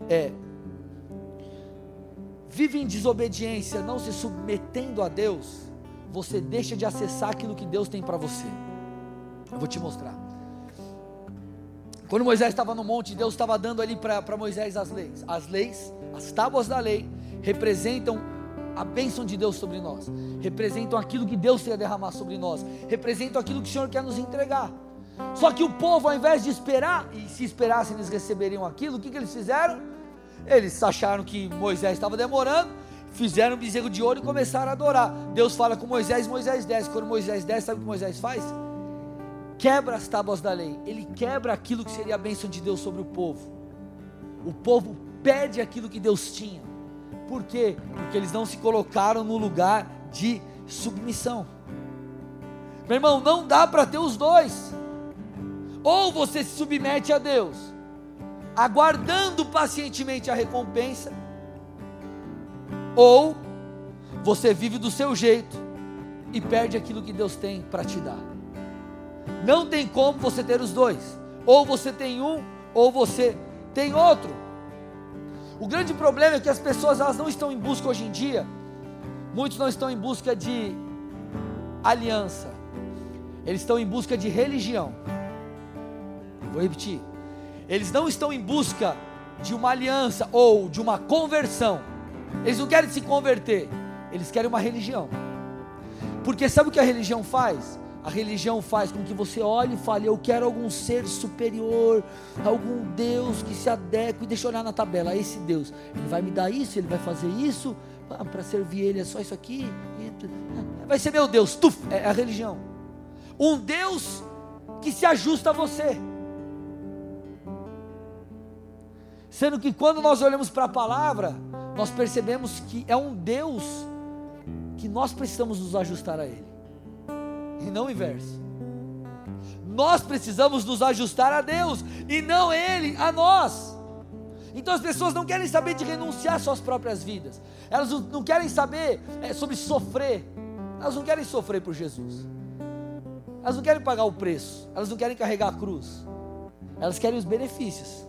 vive em desobediência, não se submetendo a Deus, você deixa de acessar aquilo que Deus tem para você. Eu vou te mostrar. Quando Moisés estava no monte, Deus estava dando ali para Moisés as leis. As leis, as tábuas da lei, representam a bênção de Deus sobre nós, representam aquilo que Deus quer derramar sobre nós, representam aquilo que o Senhor quer nos entregar. Só que o povo, ao invés de esperar, e se esperassem eles receberiam aquilo, o que eles fizeram? Eles acharam que Moisés estava demorando, fizeram um bezerro de ouro e começaram a adorar. Deus fala com Moisés, Moisés desce. Quando Moisés desce, sabe o que Moisés faz? Quebra as tábuas da lei. Ele quebra aquilo que seria a bênção de Deus sobre o povo. O povo perde aquilo que Deus tinha. Por quê? Porque eles não se colocaram no lugar de submissão. Meu irmão, não dá para ter os dois. Ou você se submete a Deus, aguardando pacientemente a recompensa, ou você vive do seu jeito e perde aquilo que Deus tem para te dar. Não tem como você ter os dois. Ou você tem um, ou você tem outro. O grande problema é que as pessoas, elas não estão em busca hoje em dia, muitos não estão em busca de aliança, eles estão em busca de religião. Vou repetir, eles não estão em busca de uma aliança ou de uma conversão. Eles não querem se converter, eles querem uma religião. Porque sabe o que a religião faz? A religião faz com que você olhe e fale: eu quero algum ser superior, algum Deus que se adeque. Deixa eu olhar na tabela, esse Deus, ele vai me dar isso, ele vai fazer isso, para servir ele é só isso aqui, vai ser meu Deus. É a religião. Um Deus que se ajusta a você. Sendo que quando nós olhamos para a palavra, nós percebemos que é um Deus que nós precisamos nos ajustar a Ele, e não o inverso. Nós precisamos nos ajustar a Deus, e não Ele a nós. Então as pessoas não querem saber de renunciar às suas próprias vidas, elas não querem saber sobre sofrer, elas não querem sofrer por Jesus, elas não querem pagar o preço, elas não querem carregar a cruz, elas querem os benefícios.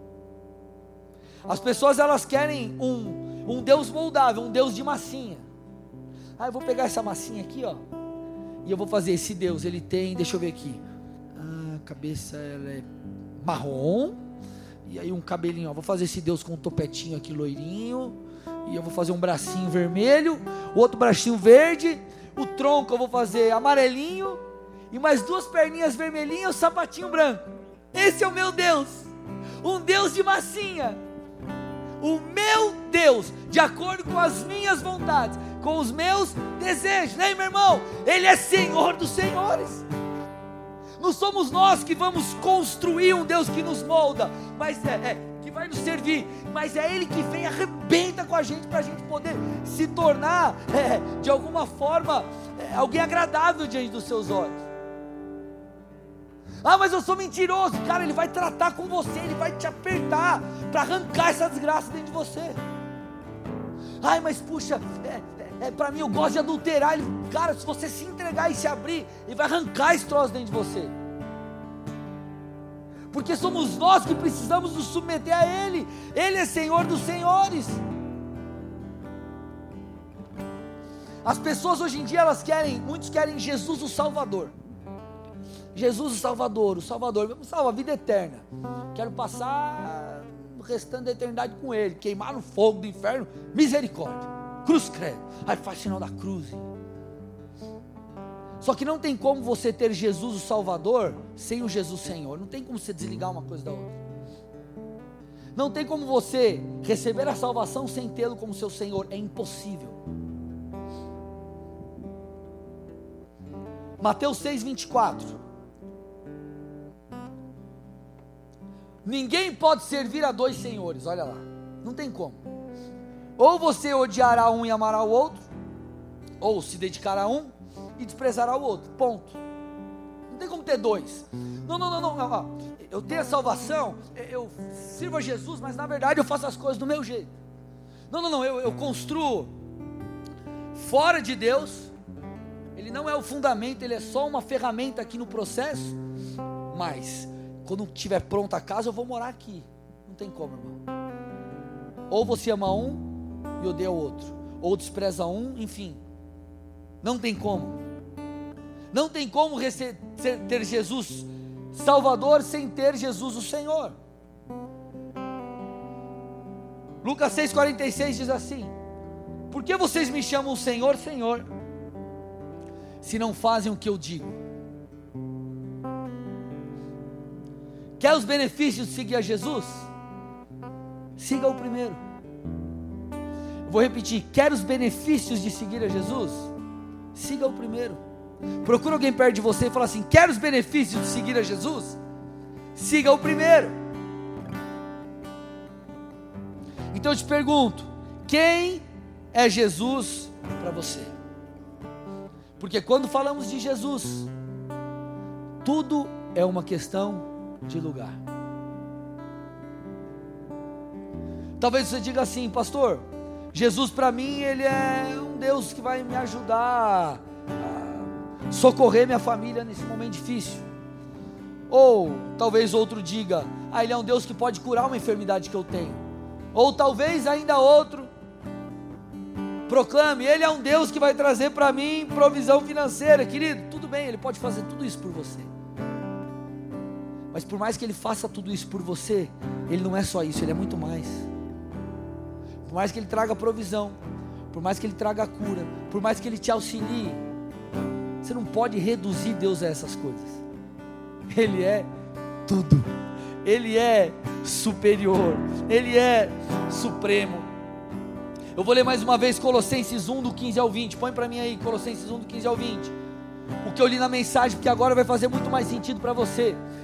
As pessoas, elas querem um Deus moldável, um Deus de massinha. Eu vou pegar essa massinha aqui, ó, e eu vou fazer esse Deus. Ele tem, deixa eu ver aqui, a cabeça ela é marrom, e aí um cabelinho, ó, vou fazer esse Deus com um topetinho aqui loirinho, e eu vou fazer um bracinho vermelho, outro bracinho verde, o tronco eu vou fazer amarelinho, e mais duas perninhas vermelhinhas e um sapatinho branco. Esse é o meu Deus, um Deus de massinha. O meu Deus, de acordo com as minhas vontades, com os meus desejos, né, meu irmão? Ele é Senhor dos senhores. Não somos nós que vamos construir um Deus que nos molda, mas que vai nos servir, mas é Ele que vem e arrebenta com a gente, para a gente poder se tornar, de alguma forma, alguém agradável diante dos seus olhos. Mas eu sou mentiroso. Cara, Ele vai tratar com você, Ele vai te apertar, para arrancar essa desgraça dentro de você. Mas puxa, para mim eu gosto de adulterar. Cara, se você se entregar e se abrir, Ele vai arrancar esse troço dentro de você. Porque somos nós que precisamos nos submeter a Ele. Ele é Senhor dos senhores. As pessoas hoje em dia, muitos querem Jesus o Salvador. Jesus o Salvador, vamos salvar a vida eterna. Quero passar o restante da eternidade com Ele, queimar no fogo do inferno, misericórdia, cruz credo, aí faz sinal da cruz. Só que não tem como você ter Jesus o Salvador sem o Jesus Senhor. Não tem como você desligar uma coisa da outra. Não tem como você receber a salvação sem tê-lo como seu Senhor. É impossível. Mateus 6:24. Ninguém pode servir a dois senhores. Olha lá, não tem como. Ou você odiará um e amará o outro, ou se dedicará a um e desprezará o outro, ponto. Não tem como ter dois. Não. Eu tenho a salvação, eu sirvo a Jesus, mas na verdade eu faço as coisas do meu jeito. Não, eu construo fora de Deus. Ele não é o fundamento, ele é só uma ferramenta aqui no processo. Mas quando estiver pronta a casa, eu vou morar aqui. Não tem como, irmão. Ou você ama um e odeia o outro, ou despreza um, enfim. Não tem como. Não tem como ter Jesus Salvador sem ter Jesus o Senhor. Lucas 6,46 diz assim: por que vocês me chamam Senhor, Senhor, se não fazem o que eu digo? Quer os benefícios de seguir a Jesus? Siga o primeiro. Vou repetir: quer os benefícios de seguir a Jesus? Siga o primeiro. Procura alguém perto de você e fala assim: quer os benefícios de seguir a Jesus? Siga o primeiro. Então eu te pergunto: quem é Jesus para você? Porque quando falamos de Jesus, tudo é uma questão de lugar. Talvez você diga assim: pastor, Jesus para mim, Ele é um Deus que vai me ajudar a socorrer minha família nesse momento difícil. Ou talvez outro diga: Ele é um Deus que pode curar uma enfermidade que eu tenho. Ou talvez ainda outro proclame: Ele é um Deus que vai trazer para mim provisão financeira. Querido, tudo bem, Ele pode fazer tudo isso por você. Mas por mais que Ele faça tudo isso por você, Ele não é só isso, Ele é muito mais. Por mais que Ele traga provisão, por mais que Ele traga cura, por mais que Ele te auxilie, você não pode reduzir Deus a essas coisas. Ele é tudo. Ele é superior. Ele é supremo. Eu vou ler mais uma vez Colossenses 1, do 15 ao 20. Põe para mim aí, Colossenses 1, do 15 ao 20. O que eu li na mensagem, porque agora vai fazer muito mais sentido para você.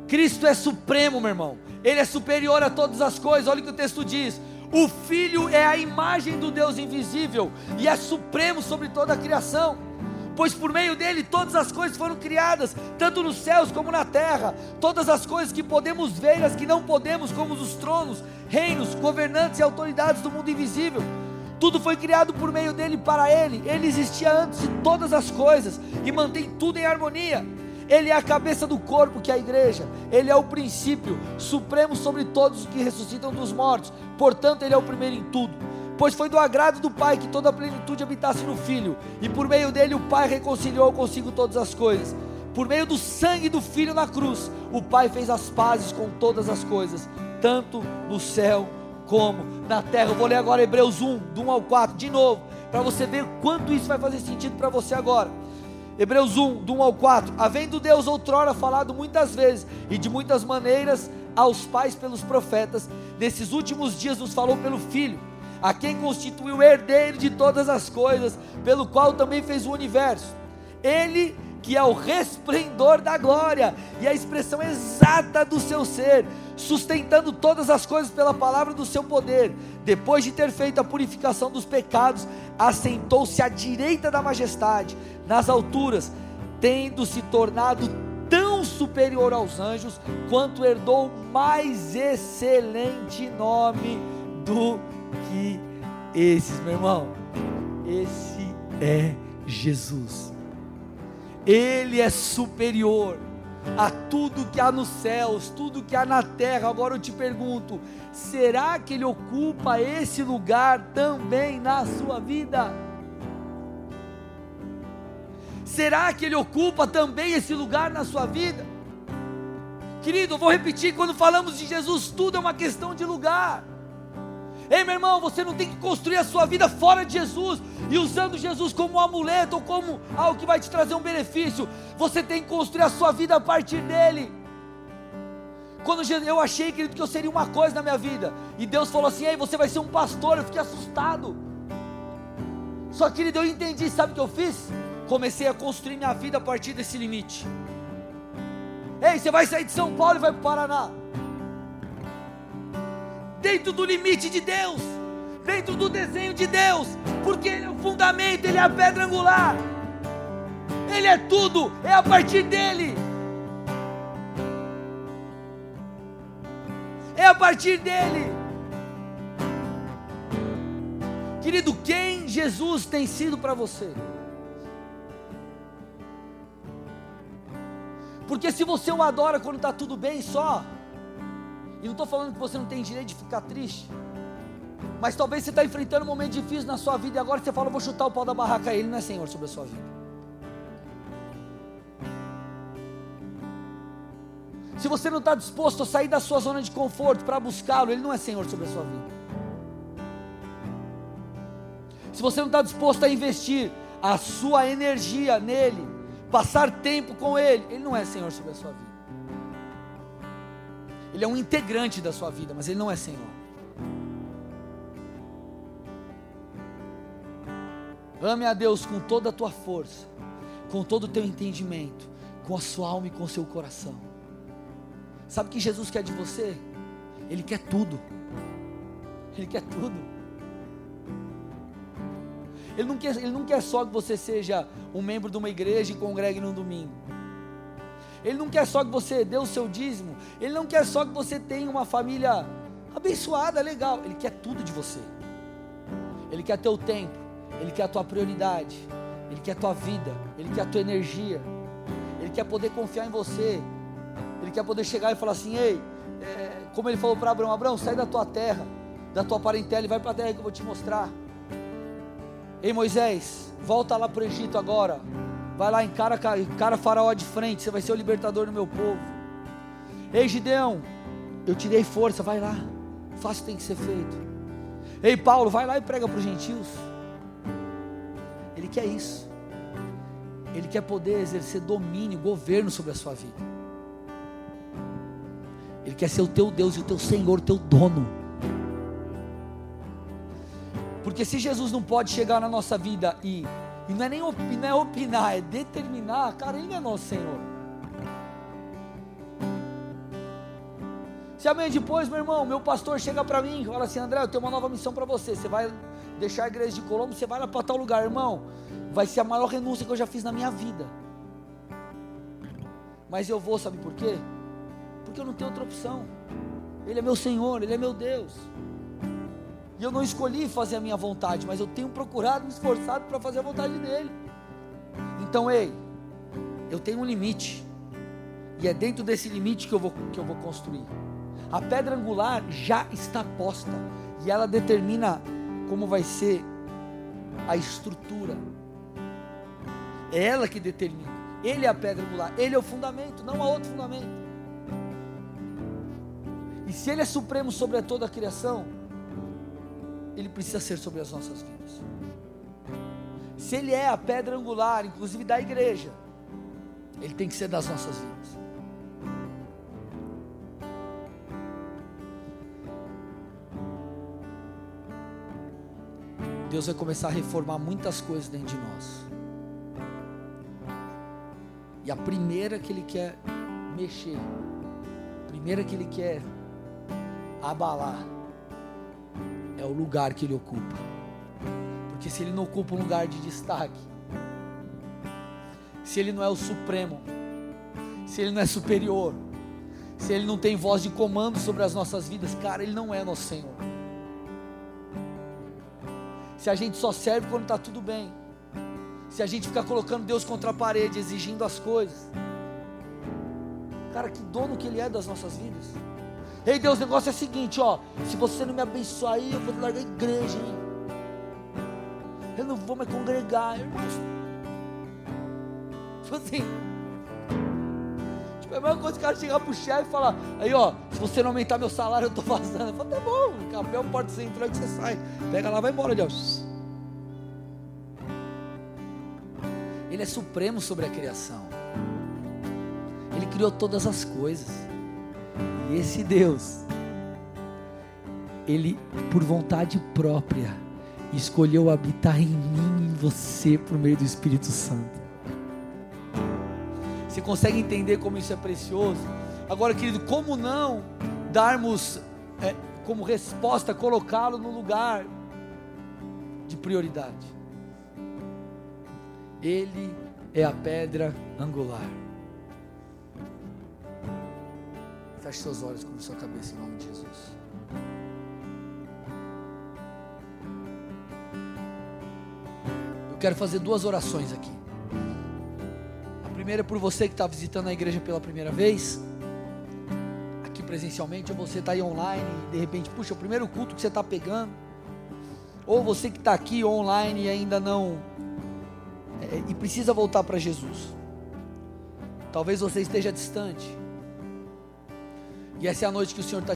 Cristo é supremo, meu irmão. Ele é superior a todas as coisas. Olha o que o texto diz: o Filho é a imagem do Deus invisível e é supremo sobre toda a criação, pois por meio dele todas as coisas foram criadas, tanto nos céus como na terra, todas as coisas que podemos ver e as que não podemos, como os tronos, reinos, governantes e autoridades do mundo invisível. Tudo foi criado por meio dele e para ele. Ele existia antes de todas as coisas e mantém tudo em harmonia. Ele é a cabeça do corpo, que é a igreja. Ele é o princípio supremo sobre todos os que ressuscitam dos mortos. Portanto, ele é o primeiro em tudo. Pois foi do agrado do Pai que toda a plenitude habitasse no Filho, e por meio dele o Pai reconciliou consigo todas as coisas. Por meio do sangue do Filho na cruz, o Pai fez as pazes com todas as coisas, tanto no céu como na terra. Eu vou ler agora Hebreus 1, do 1 ao 4, de novo, para você ver quanto isso vai fazer sentido para você agora. Hebreus 1, do 1 ao 4. Havendo Deus outrora falado muitas vezes e de muitas maneiras aos pais pelos profetas, nesses últimos dias nos falou pelo Filho, a quem constituiu herdeiro de todas as coisas, pelo qual também fez o universo. Ele que é o resplendor da glória e a expressão exata do seu ser, sustentando todas as coisas pela palavra do seu poder, depois de ter feito a purificação dos pecados, assentou-se à direita da majestade, nas alturas, tendo se tornado tão superior aos anjos, quanto herdou o mais excelente nome do que esses, meu irmão. Esse é Jesus. Ele é superior a tudo que há nos céus, tudo que há na terra. Agora eu te pergunto, será que Ele ocupa esse lugar também na sua vida? Será que Ele ocupa também esse lugar na sua vida? Querido, eu vou repetir, quando falamos de Jesus, tudo é uma questão de lugar. Ei, meu irmão, você não tem que construir a sua vida fora de Jesus e usando Jesus como um amuleto ou como algo que vai te trazer um benefício. Você tem que construir a sua vida a partir dele. Quando eu achei, querido, que eu seria uma coisa na minha vida, e Deus falou assim: ei, você vai ser um pastor. Eu fiquei assustado. Só, querido, eu entendi. Sabe o que eu fiz? Comecei a construir minha vida a partir desse limite. Ei, você vai sair de São Paulo e vai para o Paraná, dentro do limite de Deus, dentro do desenho de Deus, porque Ele é o fundamento, Ele é a pedra angular, Ele é tudo, é a partir dEle, é a partir dEle. Querido, quem Jesus tem sido para você? Porque se você o adora quando está tudo bem só, e não estou falando que você não tem direito de ficar triste, mas talvez você está enfrentando um momento difícil na sua vida, e agora você fala: eu vou chutar o pau da barraca. Ele não é Senhor sobre a sua vida. Se você não está disposto a sair da sua zona de conforto para buscá-lo, Ele não é Senhor sobre a sua vida. Se você não está disposto a investir a sua energia nele, passar tempo com Ele, Ele não é Senhor sobre a sua vida. Ele é um integrante da sua vida, mas Ele não é Senhor. Ame a Deus com toda a tua força, com todo o teu entendimento, com a sua alma e com o seu coração. Sabe o que Jesus quer de você? Ele quer tudo. Ele quer tudo. Ele não quer só que você seja um membro de uma igreja e congregue no domingo. Ele não quer só que você dê o seu dízimo. Ele não quer só que você tenha uma família abençoada, legal. Ele quer tudo de você. Ele quer teu tempo. Ele quer a tua prioridade. Ele quer a tua vida. Ele quer a tua energia. Ele quer poder confiar em você. Ele quer poder chegar e falar assim: ei, como Ele falou para Abraão: Abraão, sai da tua terra, da tua parentela e vai para a terra que eu vou te mostrar. Ei, Moisés, volta lá para o Egito agora. Vai lá, encara Faraó de frente, você vai ser o libertador do meu povo. Ei, Gideão, eu te dei força, vai lá, faça o que tem que ser feito. Ei, Paulo, vai lá e prega para os gentios. Ele quer isso. Ele quer poder exercer domínio, governo sobre a sua vida. Ele quer ser o teu Deus e o teu Senhor, o teu dono. Porque se Jesus não pode chegar na nossa vida e não é nem opinar, é determinar, cara, Ele é nosso Senhor. Se amanhã depois, meu irmão, meu pastor chega para mim e fala assim: André, eu tenho uma nova missão para você. Você vai deixar a igreja de Colombo, você vai lá para tal lugar, irmão. Vai ser a maior renúncia que eu já fiz na minha vida. Mas eu vou, sabe por quê? Porque eu não tenho outra opção. Ele é meu Senhor, Ele é meu Deus. E eu não escolhi fazer a minha vontade, mas eu tenho procurado, me esforçado para fazer a vontade dEle. Então, ei, eu tenho um limite. E é dentro desse limite que eu vou construir. A pedra angular já está posta. E ela determina como vai ser a estrutura. É ela que determina. Ele é a pedra angular. Ele é o fundamento, não há outro fundamento. E se Ele é supremo sobre toda a criação, Ele precisa ser sobre as nossas vidas. Se Ele é a pedra angular, inclusive da igreja, Ele tem que ser das nossas vidas. Deus vai começar a reformar muitas coisas dentro de nós. E a primeira que Ele quer mexer, a primeira que Ele quer abalar, é o lugar que Ele ocupa. Porque se Ele não ocupa um lugar de destaque, se Ele não é o supremo, se Ele não é superior, se Ele não tem voz de comando sobre as nossas vidas, cara, Ele não é nosso Senhor. Se a gente só serve quando está tudo bem, se a gente ficar colocando Deus contra a parede, exigindo as coisas, cara, que dono que Ele é das nossas vidas. Ei Deus, o negócio é o seguinte, ó, se você não me abençoar aí, eu vou largar a igreja, hein? Eu não vou mais congregar, irmãos. Tipo assim, tipo, é a mesma coisa que o cara chegar pro chefe e falar: aí ó, se você não aumentar meu salário, eu tô vazando. Eu falo: tá bom, cabelo, porta, você entrou e você sai, pega lá, vai embora, Deus. Ele é supremo sobre a criação. Ele criou todas as coisas. E esse Deus, Ele, por vontade própria, escolheu habitar em mim e em você por meio do Espírito Santo. Você consegue entender como isso é precioso? Agora, querido, como não darmos como resposta, colocá-lo no lugar de prioridade? Ele é a pedra angular. Feche seus olhos, com sua cabeça, em nome de Jesus. Eu quero fazer 2 orações aqui. A primeira é por você que está visitando a igreja pela primeira vez, aqui presencialmente, ou você está aí online e de repente, puxa, o primeiro culto que você está pegando, ou você que está aqui online e ainda não, e precisa voltar para Jesus. Talvez você esteja distante, e essa é a noite que o Senhor está